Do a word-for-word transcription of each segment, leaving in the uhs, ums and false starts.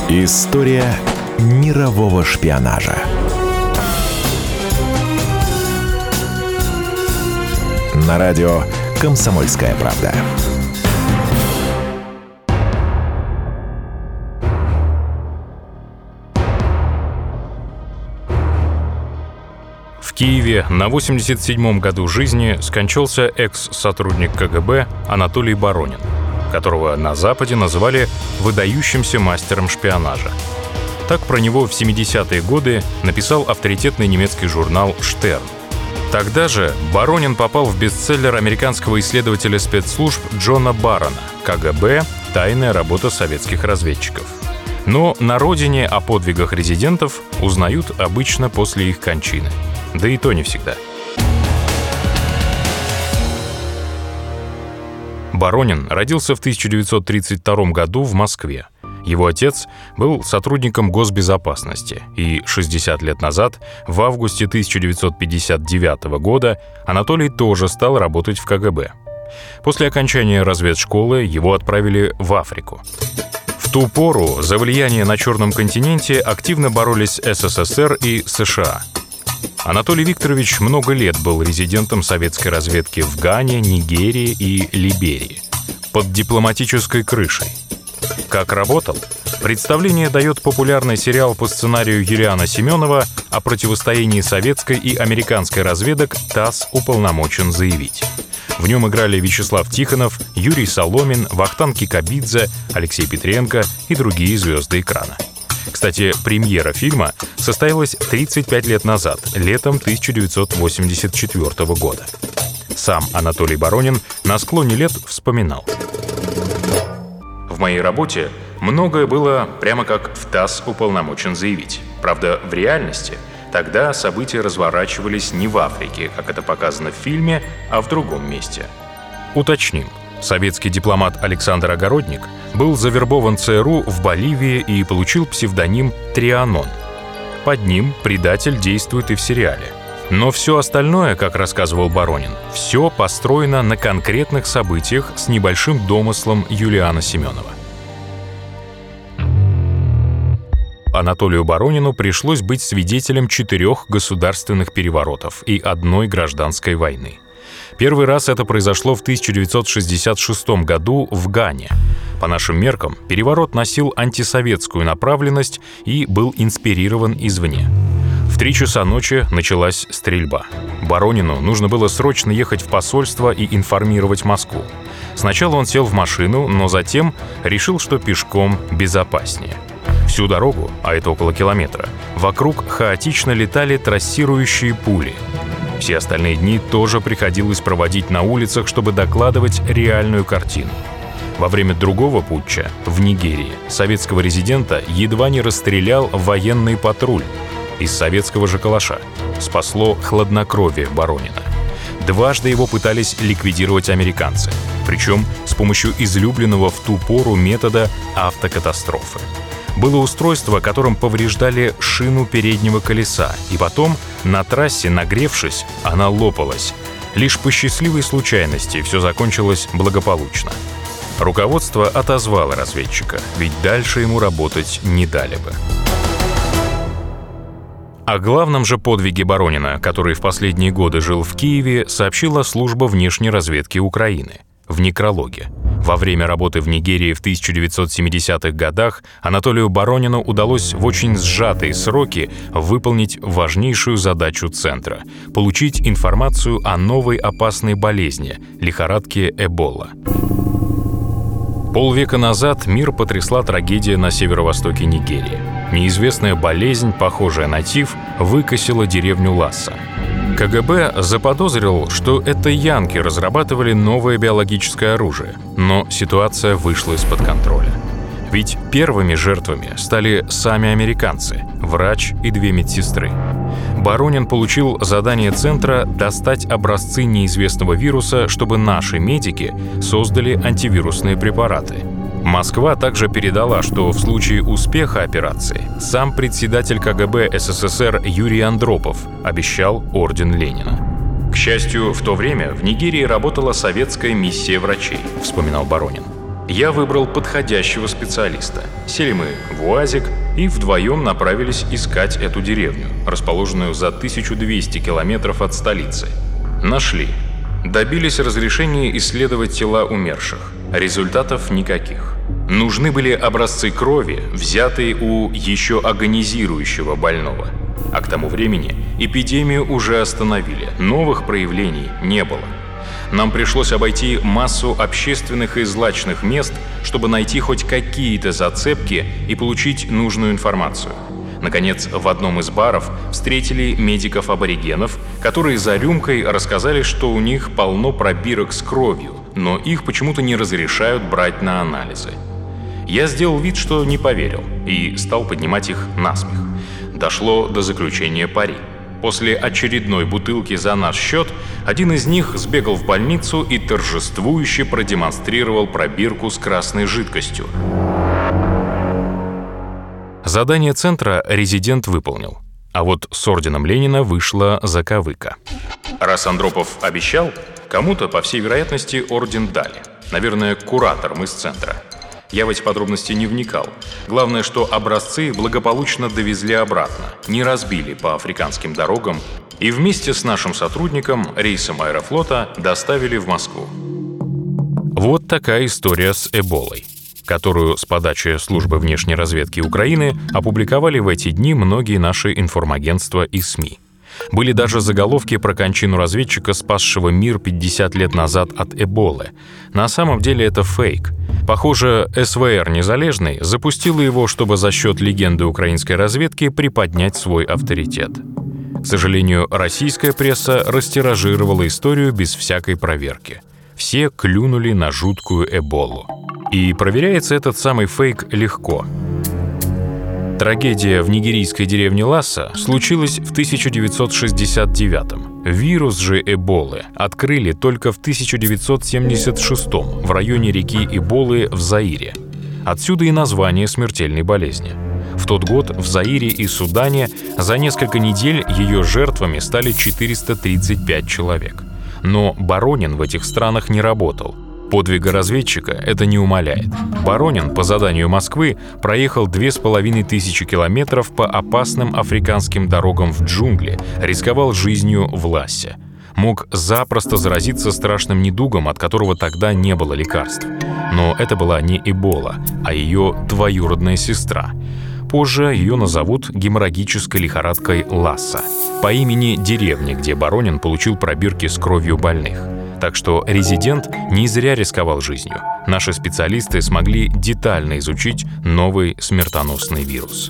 История мирового шпионажа. На радио «Комсомольская правда». В Киеве на восемьдесят седьмом году жизни скончался экс-сотрудник ка гэ бэ Анатолий Боронин, которого на Западе называли выдающимся мастером шпионажа. Так про него в семидесятые годы написал авторитетный немецкий журнал «Штерн». Тогда же Боронин попал в бестселлер американского исследователя спецслужб Джона Баррона «ка гэ бэ. Тайная работа советских разведчиков». Но на родине о подвигах резидентов узнают обычно после их кончины. Да и то не всегда. Боронин родился в тысяча девятьсот тридцать втором году в Москве. Его отец был сотрудником госбезопасности, и шестьдесят лет назад, в августе тысяча девятьсот пятьдесят девятого года, Анатолий тоже стал работать в ка гэ бэ. После окончания разведшколы его отправили в Африку. В ту пору за влияние на Черном континенте активно боролись эс эс эс эр и США ша. Анатолий Викторович много лет был резидентом советской разведки в Гане, Нигерии и Либерии, под дипломатической крышей. Как работал? Представление дает популярный сериал по сценарию Юлиана Семенова о противостоянии советской и американской разведок «ТАСС уполномочен заявить». В нем играли Вячеслав Тихонов, Юрий Соломин, Вахтанг Кикабидзе, Алексей Петренко и другие звезды экрана. Кстати, премьера фильма состоялась тридцать пять лет назад, летом тысяча девятьсот восемьдесят четвёртого года. Сам Анатолий Боронин на склоне лет вспоминал: «В моей работе многое было прямо как в ТАСС уполномочен заявить. Правда, в реальности тогда события разворачивались не в Африке, как это показано в фильме, а в другом месте». Уточним. Советский дипломат Александр Огородник был завербован цэ эр у в Боливии и получил псевдоним Трианон. Под ним предатель действует и в сериале. Но все остальное, как рассказывал Боронин, все построено на конкретных событиях с небольшим домыслом Юлиана Семенова. Анатолию Боронину пришлось быть свидетелем четырех государственных переворотов и одной гражданской войны. Первый раз это произошло в тысяча девятьсот шестьдесят шестом году в Гане. По нашим меркам, переворот носил антисоветскую направленность и был инспирирован извне. В три часа ночи началась стрельба. Боронину нужно было срочно ехать в посольство и информировать Москву. Сначала он сел в машину, но затем решил, что пешком безопаснее. Всю дорогу, а это около километра, вокруг хаотично летали трассирующие пули. Все остальные дни тоже приходилось проводить на улицах, чтобы докладывать реальную картину. Во время другого путча в Нигерии советского резидента едва не расстрелял военный патруль из советского же калаша. Спасло хладнокровие Боронина. Дважды его пытались ликвидировать американцы, причем с помощью излюбленного в ту пору метода автокатастрофы. Было устройство, которым повреждали шину переднего колеса, и потом, на трассе, нагревшись, она лопалась. Лишь по счастливой случайности все закончилось благополучно. Руководство отозвало разведчика, ведь дальше ему работать не дали бы. О главном же подвиге Боронина, который в последние годы жил в Киеве, сообщила служба внешней разведки Украины в некрологе. Во время работы в Нигерии в тысяча девятьсот семидесятых годах Анатолию Боронину удалось в очень сжатые сроки выполнить важнейшую задачу Центра – получить информацию о новой опасной болезни – лихорадке Эбола. Полвека назад мир потрясла трагедия на северо-востоке Нигерии. Неизвестная болезнь, похожая на тиф, выкосила деревню Ласса. ка гэ бэ заподозрил, что это янки разрабатывали новое биологическое оружие, но ситуация вышла из-под контроля. Ведь первыми жертвами стали сами американцы, врач и две медсестры. Боронин получил задание Центра достать образцы неизвестного вируса, чтобы наши медики создали антивирусные препараты. Москва также передала, что в случае успеха операции сам председатель ка гэ бэ эс эс эс эр Юрий Андропов обещал орден Ленина. К счастью, в то время в Нигерии работала советская миссия врачей, вспоминал Боронин. Я выбрал подходящего специалиста. Сели мы в УАЗик и вдвоем направились искать эту деревню, расположенную за тысячу двести километров от столицы. Нашли. Добились разрешения исследовать тела умерших. Результатов никаких. Нужны были образцы крови, взятые у еще агонизирующего больного. А к тому времени эпидемию уже остановили, новых проявлений не было. Нам пришлось обойти массу общественных и злачных мест, чтобы найти хоть какие-то зацепки и получить нужную информацию. Наконец, в одном из баров встретили медиков-аборигенов, которые за рюмкой рассказали, что у них полно пробирок с кровью, но их почему-то не разрешают брать на анализы. Я сделал вид, что не поверил, и стал поднимать их насмех. Дошло до заключения пари. После очередной бутылки за наш счет один из них сбегал в больницу и торжествующе продемонстрировал пробирку с красной жидкостью. Задание центра резидент выполнил, а вот с орденом Ленина вышла заковыка. Раз Андропов обещал, кому-то, по всей вероятности, орден дали. Наверное, кураторам из центра. Я в эти подробности не вникал. Главное, что образцы благополучно довезли обратно, не разбили по африканским дорогам и вместе с нашим сотрудником рейсом Аэрофлота доставили в Москву. Вот такая история с Эболой, которую с подачи Службы внешней разведки Украины опубликовали в эти дни многие наши информагентства и СМИ. Были даже заголовки про кончину разведчика, спасшего мир пятьдесят лет назад от Эболы. На самом деле это фейк. Похоже, СВР «Незалежный» запустила его, чтобы за счет легенды украинской разведки приподнять свой авторитет. К сожалению, российская пресса растиражировала историю без всякой проверки. Все клюнули на жуткую Эболу. И проверяется этот самый фейк легко. Трагедия в нигерийской деревне Ласса случилась в тысяча девятьсот шестьдесят девятом. Вирус же Эболы открыли только в тысяча девятьсот семьдесят шестом в районе реки Эболы в Заире. Отсюда и название смертельной болезни. В тот год в Заире и Судане за несколько недель ее жертвами стали четыреста тридцать пять человек. Но Боронин в этих странах не работал. Подвига разведчика это не умаляет. Боронин по заданию Москвы проехал две с половиной тысячи километров по опасным африканским дорогам в джунгли, рисковал жизнью в Лассе. Мог запросто заразиться страшным недугом, от которого тогда не было лекарств. Но это была не Эбола, а ее двоюродная сестра. Позже ее назовут геморрагической лихорадкой Ласса, по имени деревни, где Боронин получил пробирки с кровью больных. Так что резидент не зря рисковал жизнью. Наши специалисты смогли детально изучить новый смертоносный вирус.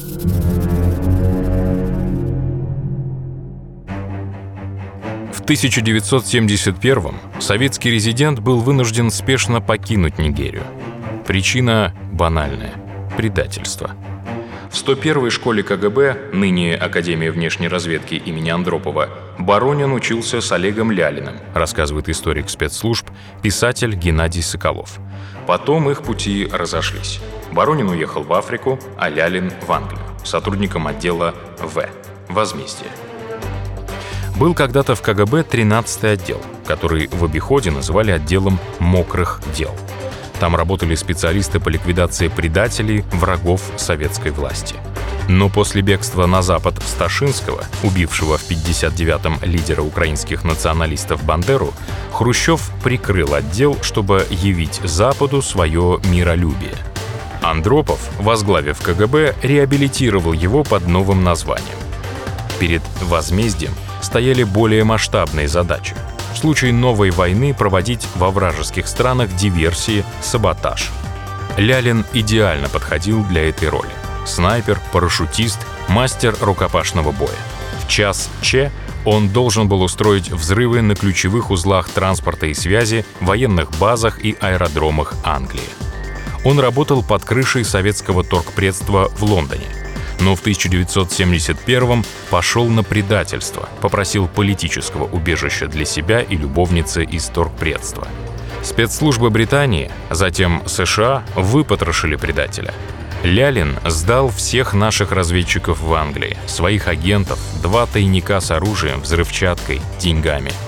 В тысяча девятьсот семьдесят первом советский резидент был вынужден спешно покинуть Нигерию. Причина банальная – предательство. В сто первой школе КГБ, ныне Академия внешней разведки имени Андропова, Боронин учился с Олегом Лялиным, рассказывает историк спецслужб, писатель Геннадий Соколов. Потом их пути разошлись. Боронин уехал в Африку, а Лялин в Англию, сотрудником отдела В – «Возмездие». Был когда-то в КГБ тринадцатый отдел, который в обиходе называли отделом «мокрых дел». Там работали специалисты по ликвидации предателей, врагов советской власти. Но после бегства на запад Сташинского, убившего в пятьдесят девятом лидера украинских националистов Бандеру, Хрущев прикрыл отдел, чтобы явить Западу свое миролюбие. Андропов, возглавив КГБ, реабилитировал его под новым названием. Перед «Возмездием» стояли более масштабные задачи. В случае новой войны проводить во вражеских странах диверсии, саботаж. Лялин идеально подходил для этой роли. Снайпер, парашютист, мастер рукопашного боя. В час Ч он должен был устроить взрывы на ключевых узлах транспорта и связи, военных базах и аэродромах Англии. Он работал под крышей советского торгпредства в Лондоне. Но в тысяча девятьсот семьдесят первом пошел на предательство, попросил политического убежища для себя и любовницы из торгпредства. Спецслужбы Британии, затем США, выпотрошили предателя. Лялин сдал всех наших разведчиков в Англии, своих агентов, два тайника с оружием, взрывчаткой, деньгами.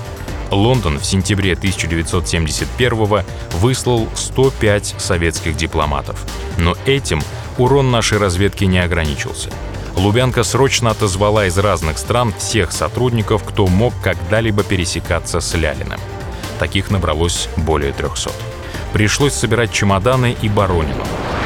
Лондон в сентябре тысяча девятьсот семьдесят первого выслал сто пять советских дипломатов. Но этим урон нашей разведки не ограничился. Лубянка срочно отозвала из разных стран всех сотрудников, кто мог когда-либо пересекаться с Лялиным. Таких набралось более трехсот. Пришлось собирать чемоданы и Боронину.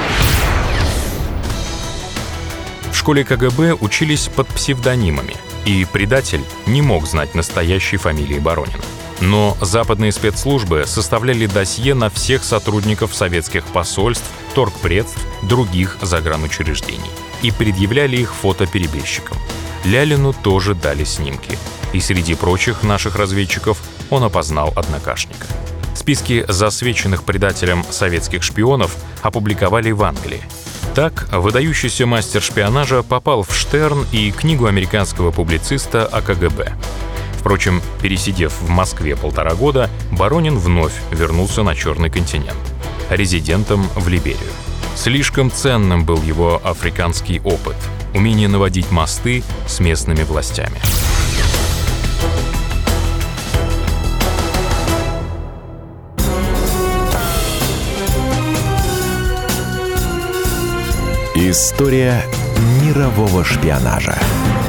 В школе ка гэ бэ учились под псевдонимами, и предатель не мог знать настоящей фамилии Боронина. Но западные спецслужбы составляли досье на всех сотрудников советских посольств, торгпредств, других загранучреждений и предъявляли их фотоперебежчикам. Лялину тоже дали снимки, и среди прочих наших разведчиков он опознал однокашника. Списки засвеченных предателем советских шпионов опубликовали в Англии. Так, выдающийся мастер шпионажа попал в Штерн и книгу американского публициста о ка гэ бэ. Впрочем, пересидев в Москве полтора года, Боронин вновь вернулся на Черный континент, резидентом в Либерию. Слишком ценным был его африканский опыт, умение наводить мосты с местными властями. История мирового шпионажа.